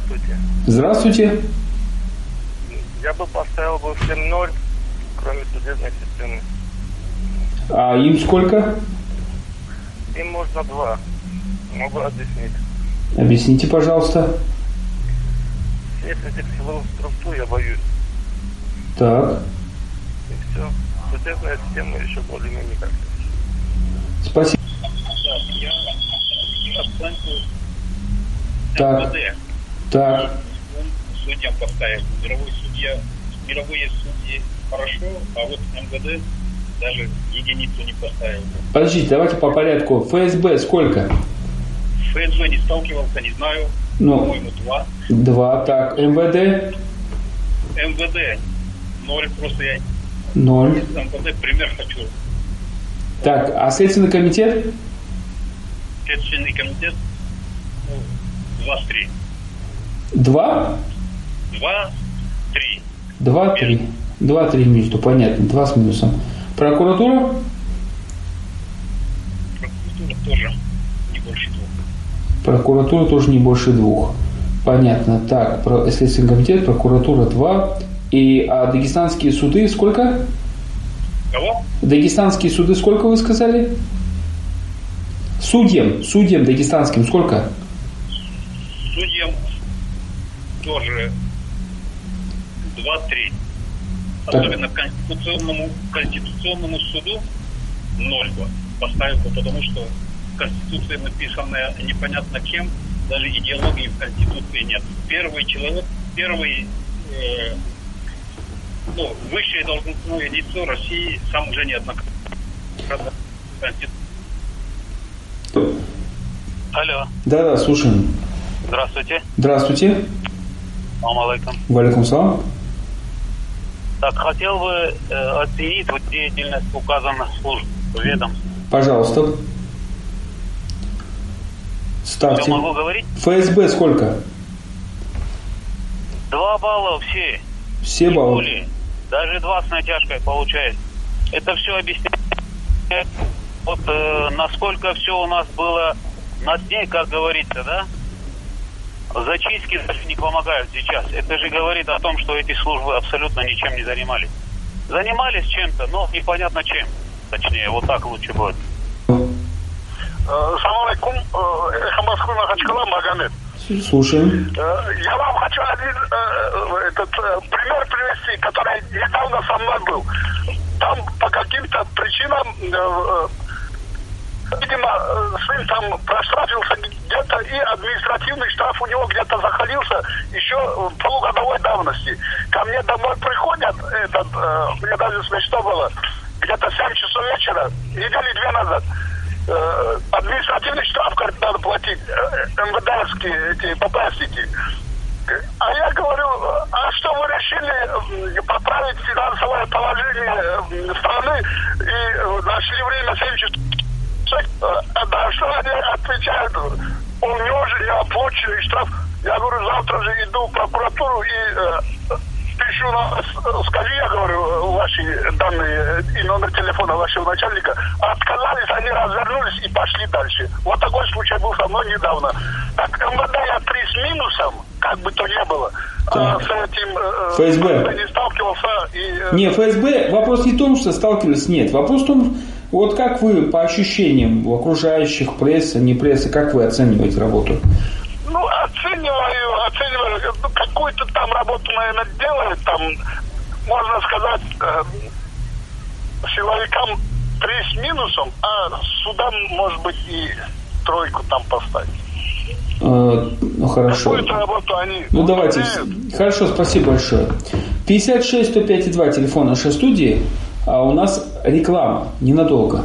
Здравствуйте. Здравствуйте. Я бы поставил бы всем 0, кроме судебной системы. А им сколько? Им можно 2. Могу объяснить. Объясните, пожалуйста. Всех этих силовых структур я боюсь. Так. И все. Судебная система еще более-менее как-то. Спасибо. Так. Так. Судьям поставил. Мировые судьи хорошо, а вот МВД даже единицу не поставил. Подождите, давайте по порядку. ФСБ сколько? ФСБ не сталкивался, не знаю. По-моему, 2. 2, так. МВД? МВД 0, просто я 0. МВД пример хочу. Так, а Следственный комитет? Следственный комитет 2-3. 2? 2-3. 2-3. 2-3 между, понятно. 2 с минусом. Прокуратура? Прокуратура тоже не больше 2. Прокуратура тоже не больше 2. Понятно. Так, Следственный комитет, прокуратура 2. А дагестанские суды сколько? Кого? Дагестанские суды сколько вы сказали? Судьям дагестанским сколько? Судьям тоже 2-3. Так. Особенно конституционному суду 0 поставил бы, потому что Конституция написанная непонятно кем, даже идеологии в Конституции нет. Первый человек, высшее должностное лицо России сам уже неоднократно. Алло. Да, слушаем. Здравствуйте. Здравствуйте. Салам алейкум. Валейкум салам. Так, хотел бы оценить деятельность указанных служб, ведомств. Пожалуйста. Ставьте. Что могу говорить? ФСБ сколько? 2 балла все. Все баллы. Более. Даже 2 с натяжкой получается. Это все объясняет, вот насколько все у нас было на дне, как говорится, да? Зачистки даже не помогают сейчас. Это же говорит о том, что эти службы абсолютно ничем не занимались. Занимались чем-то, но непонятно чем. Точнее, вот так лучше будет. Салам алейкум. Эхо Москвы, Махачкала, Магомед. Слушаем. Я вам хочу один пример привести, который недавно со мной был. Там по каким-то причинам, видимо, сын там проштрафился где-то, и административный штраф у него где-то заходился еще полугодовой давности. Ко мне домой приходят, мне даже смешно было, где-то 7 часов вечера, недели 2 назад. Административный штраф, говорит, надо платить, МВДовские, эти ППСники. А я говорю, а что вы решили поправить финансовое положение страны и нашли время 7 часов? Да, что они отвечают, у него же неоплаченный штраф. Я говорю, завтра же иду в прокуратуру и пишу на скажи, я говорю, ваши данные и номер телефона вашего начальника. Отказались, они развернулись и пошли дальше. Вот такой случай был со мной недавно. Так, МВД я 3 с минусом, как бы то ни было. А с этим ФСБ не сталкивался. Не, ФСБ, вопрос не в том, что сталкивались, нет. Вопрос в том, вот как вы по ощущениям окружающих, прессы, не прессы, как вы оцениваете работу? Ну, оцениваю, какую-то там работу, наверное, делает, там, можно сказать, силовикам 3 с минусом, а судам, может быть, и 3 там поставить. Ну, хорошо. Какую-то работу они... Ну, давайте. Хорошо, спасибо большое. 56-105-2, телефон нашей студии, а у нас реклама, ненадолго.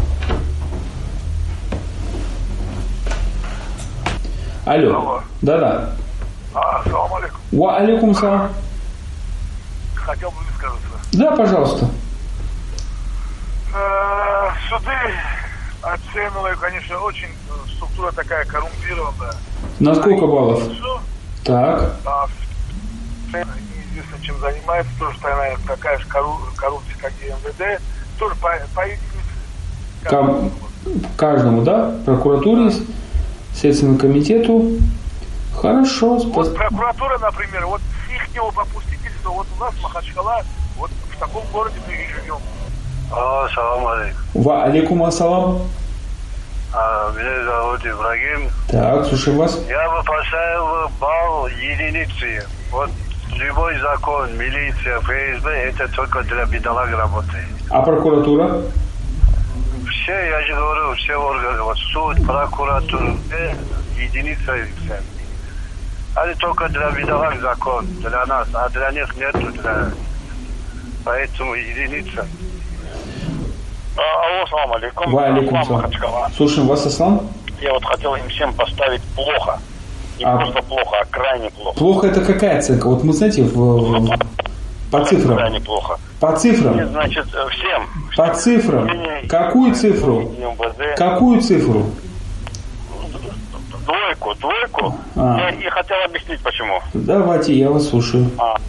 Алло. Да-да. Салам алейкум. Ва алейкум салам. Хотел бы высказаться. Да, пожалуйста. Суды оцениваю, конечно, очень структура такая коррумпированная. На сколько баллов? Так. Неизвестно, чем занимается, тоже, наверное, такая же коррупция, как и МВД. Тоже по единице. Каждому, да? Прокуратуре, Следственному комитету. Хорошо. Вот прокуратура, например, вот с ихнего попустительства, вот у нас Махачкала, вот в таком городе мы и живем. Салам алейкум. Ва алейкум ассалам. Меня зовут Ибрагим. Так, слушаю вас. Я бы поставил балл единицы. Вот любой закон, милиция, ФСБ, это только для бедолаг работает. А прокуратура? Все, я же говорю, все органы, вот суд, прокуратура, единица и все. Это только для бедолаг закон, для нас, а для них нету, поэтому единица. Алло, салам алейкум. Ва алейкум салам. Слушаем вас, Аслан. Я вот хотел им всем поставить плохо. Не просто плохо, а крайне плохо. Плохо это какая оценка? Вот мы, знаете, по цифрам. Крайне плохо. По цифрам. Нет, значит, всем. По цифрам. Какую цифру? Какую цифру? Двойку. Я и хотел объяснить, почему. Давайте, я вас слушаю.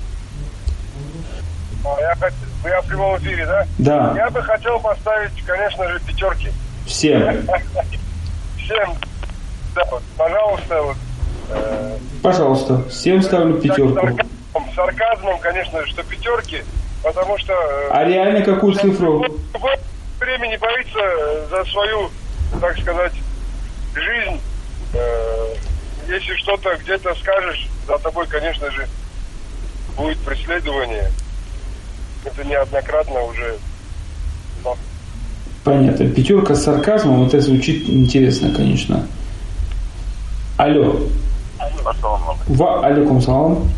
Я в прямом эфире, да? Да. Я бы хотел поставить, конечно же, 5. Всем. Всем. Да, пожалуйста, вот. Пожалуйста, всем ставлю 5. Сарказмом, конечно же, что 5, потому что... А реально какую цифру? В время не боится за свою, так сказать, жизнь. Если что-то где-то скажешь, за тобой, конечно же, будет преследование. Это неоднократно уже. Понятно. 5 с сарказмом, это звучит интересно, конечно. Алло. Ва алейкум салам.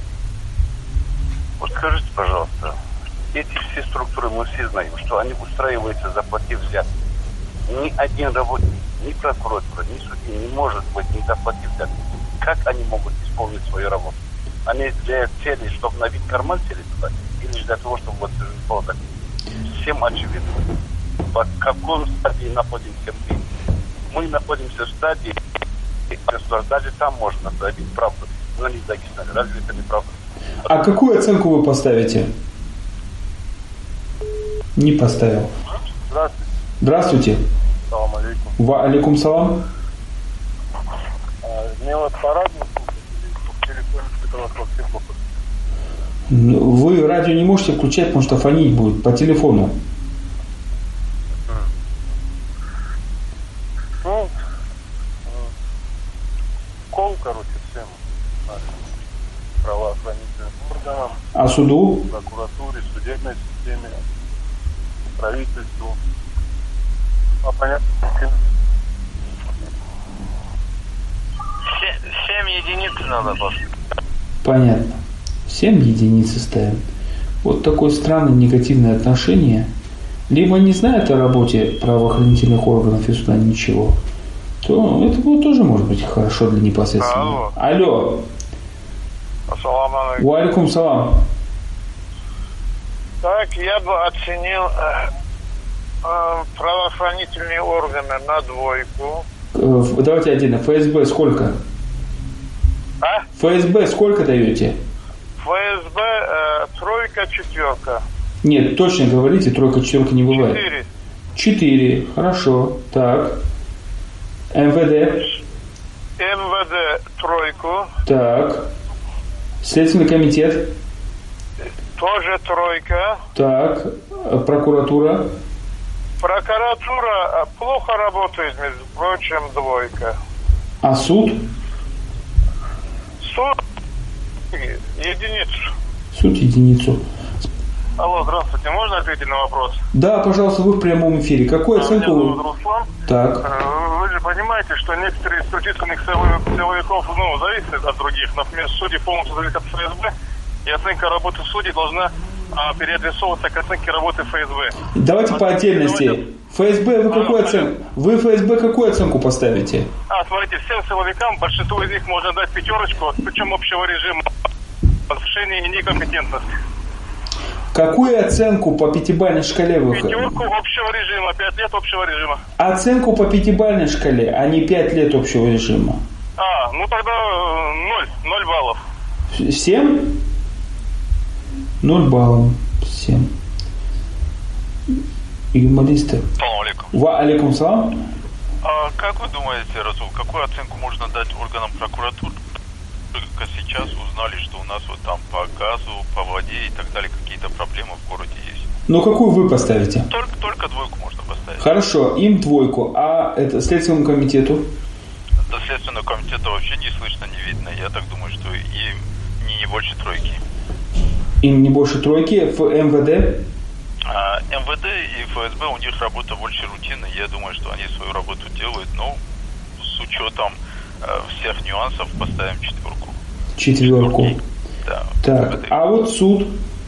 Вот скажите, пожалуйста, эти все структуры, мы все знаем, что они устраиваются, заплатив взятки. Ни один работник, ни прокуратура, ни судья не может быть, не заплатив взятки. Как они могут исполнить свою работу? Они для цели, чтобы набить карман сели туда, или для того, чтобы вот было так? Всем очевидно. В каком стадии находимся мы? Мы находимся в стадии, даже там можно добить правду, но не в Дагестане. Разве это не правда? А какую оценку вы поставите? Не поставил. Здравствуйте. Здравствуйте. Салам алейкум. Ва алейкум салам. Мне вот по радио в телефоне вообще плохо. Вы радио не можете включать, потому что фонить будет по телефону. Ну, кол, короче, всем правоохранительным органам, А суду? прокуратуре, судебной системе, правительству. А понятно, 7 единиц надо просто. Понятно. 7 единиц ставим. Вот такое странное негативное отношение. Либо не знают о работе правоохранительных органов и суда ничего, то это вот тоже может быть хорошо для непосредственного. Алло. Ассаламу алейкум. Ва алейкум салам. Так, я бы оценил правоохранительные органы на 2. Давайте отдельно. ФСБ сколько? А? ФСБ сколько даете? ФСБ 3, 4. Нет, точно говорите, 3, 4 не бывает. 4. Хорошо. Так. МВД. МВД 3. Так. Следственный комитет. Тоже 3. Так. Прокуратура. Прокуратура плохо работает, между прочим, 2. А суд? Суд единицу. Суд единицу. Алло, здравствуйте, можно ответить на вопрос? Да, пожалуйста, вы в прямом эфире. Какую оценку Меня вы? зовут Руслан. Так. Вы же понимаете, что некоторые из причисленных силовиков, зависят от других. Например, судьи полностью зависят от ФСБ, и оценка работы судей должна переадресовываться к оценке работы ФСБ. Давайте по отдельности. ФСБ вы какую оценку? Вы ФСБ какую оценку поставите? Смотрите, всем силовикам, большинству из них можно дать 5, причем общего режима, отношения и некомпетентности. Какую оценку по 5-бальной шкале вы? 5 общего режима, 5 лет общего режима. Оценку по 5-бальной шкале, а не 5 лет общего режима. Тогда 0 баллов. 7? 0 баллов. 7. Юмористы. Салам алейкум. Ва алейкум салам. Как вы думаете, Расул, какую оценку можно дать органам прокуратуры только сейчас узнали, что у нас вот там по газу, по воде и так далее какие-то проблемы в городе есть. Ну, какую вы поставите? Только двойку можно поставить. Хорошо, им двойку, а это Следственному комитету? До Следственного комитета вообще не слышно, не видно. Я так думаю, что им не больше тройки. Им не больше тройки. В МВД? МВД и ФСБ, у них работа больше рутинная. Я думаю, что они свою работу делают, но с учетом всех нюансов поставим 4. 4. Да. Так, а вот суд?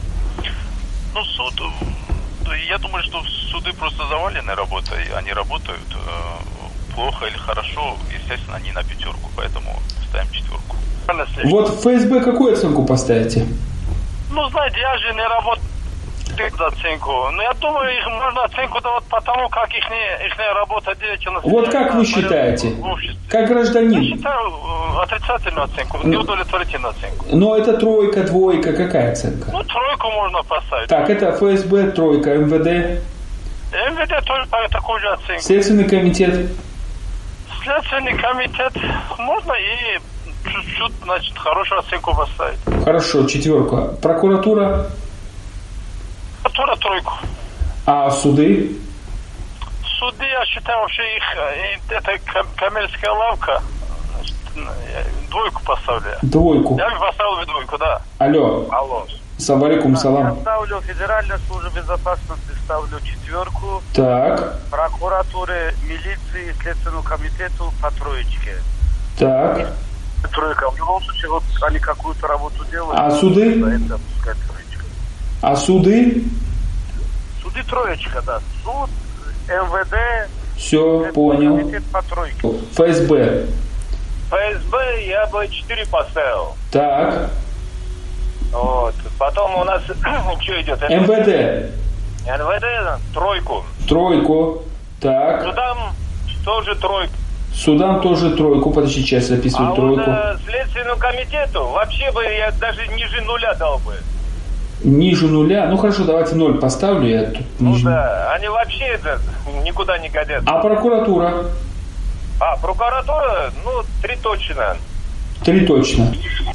Ну, суд, я думаю, что суды просто завалены работой. Они работают плохо или хорошо, естественно, они на 5, поэтому ставим 4. Вот в ФСБ какую оценку поставите? Ну, знаете, я же не работаю за оценку. Но я думаю, их можно оценку давать по тому, как их работа, деятельность. Вот как вы считаете? Как Я гражданин? считаю отрицательную оценку, неудовлетворительную оценку. Но это 3, 2, какая оценка? Ну, 3 можно поставить. Так, это ФСБ 3, МВД, МВД тоже по такой же оценке. Следственный комитет. Следственный комитет можно и чуть-чуть, значит, хорошую оценку поставить. Хорошо, 4. Прокуратура. Прокуратура 3. А суды? Суды, я считаю, вообще это коммерческая лавка. Значит, 2 поставлю. 2. Я бы поставил 2, да. Алло. Алло. Салам алейкум, салам. Я ставлю Федеральную службу безопасности, ставлю 4. Так, Прокуратуре, милиции, Следственному комитету по 3. так. 3. В любом случае, вот они какую-то работу делают. А суды? Это, пускай 3. А суды? Суды 3, да. Суд, МВД, Все, понял. комитет по 3. ФСБ. ФСБ я бы 4 поставил. Так. Вот. Потом у нас что идет? МВД. НВД 3. 3. Так. Судам тоже 3. Судам тоже 3. Подожди, сейчас записываю А 3. вот Следственному комитету вообще бы я даже ниже 0 дал бы. Ниже 0. Ну хорошо, давайте 0 поставлю. Я тут Ну ниже. да, они вообще это никуда не годятся. А прокуратура? Прокуратура, 3 точно. 3 точно.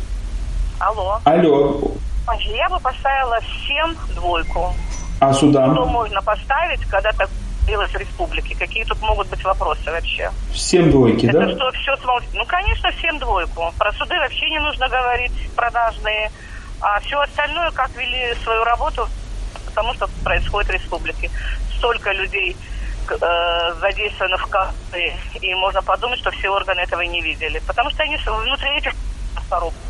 Алло. Алло. Я бы поставила всем 2. А судам? Что можно поставить, когда так делать в республике? Какие тут могут быть вопросы вообще? Всем 2, Это да? что, все смотрит? Ну, конечно, всем 2. Про суды вообще не нужно говорить, продажные. А все остальное, как вели свою работу, потому что происходит в республике. Столько людей задействовано в каждой, и можно подумать, что все органы этого и не видели. Потому что они внутри этих коробок.